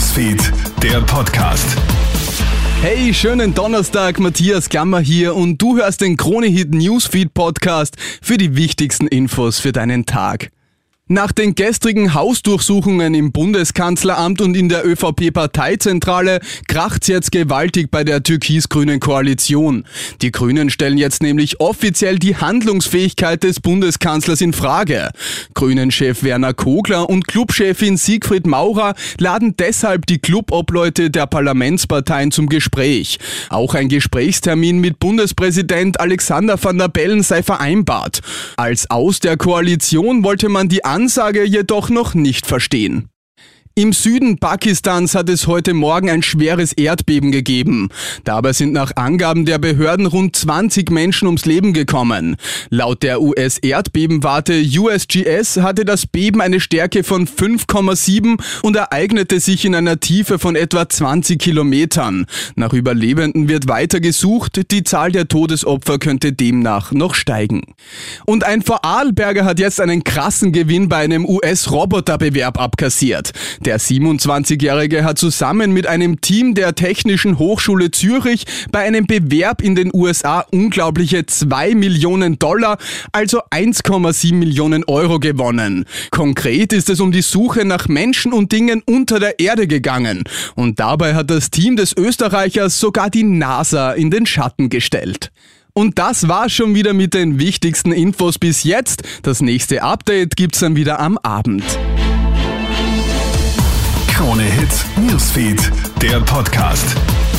Newsfeed, der Podcast. Hey, schönen Donnerstag, Matthias Klammer hier und du hörst den Krone-Hit Newsfeed Podcast für die wichtigsten Infos für deinen Tag. Nach den gestrigen Hausdurchsuchungen im Bundeskanzleramt und in der ÖVP-Parteizentrale kracht's jetzt gewaltig bei der türkis-grünen Koalition. Die Grünen stellen jetzt nämlich offiziell die Handlungsfähigkeit des Bundeskanzlers in Frage. Grünen-Chef Werner Kogler und Clubchefin Sigfried Maurer laden deshalb die Clubobleute der Parlamentsparteien zum Gespräch. Auch ein Gesprächstermin mit Bundespräsident Alexander Van der Bellen sei vereinbart. Als Aus der Koalition wollte man die Ansage jedoch noch nicht verstehen. Im Süden Pakistans hat es heute Morgen ein schweres Erdbeben gegeben. Dabei sind nach Angaben der Behörden rund 20 Menschen ums Leben gekommen. Laut der US-Erdbebenwarte USGS hatte das Beben eine Stärke von 5,7 und ereignete sich in einer Tiefe von etwa 20 Kilometern. Nach Überlebenden wird weiter gesucht, die Zahl der Todesopfer könnte demnach noch steigen. Und ein Vorarlberger hat jetzt einen krassen Gewinn bei einem US-Roboterbewerb abkassiert. Der 27-Jährige hat zusammen mit einem Team der Technischen Hochschule Zürich bei einem Bewerb in den USA unglaubliche $2 Millionen, also 1,7 Millionen Euro gewonnen. Konkret ist es um die Suche nach Menschen und Dingen unter der Erde gegangen. Und dabei hat das Team des Österreichers sogar die NASA in den Schatten gestellt. Und das war's schon wieder mit den wichtigsten Infos bis jetzt. Das nächste Update gibt's dann wieder am Abend. Krone-Hit Newsfeed, der Podcast.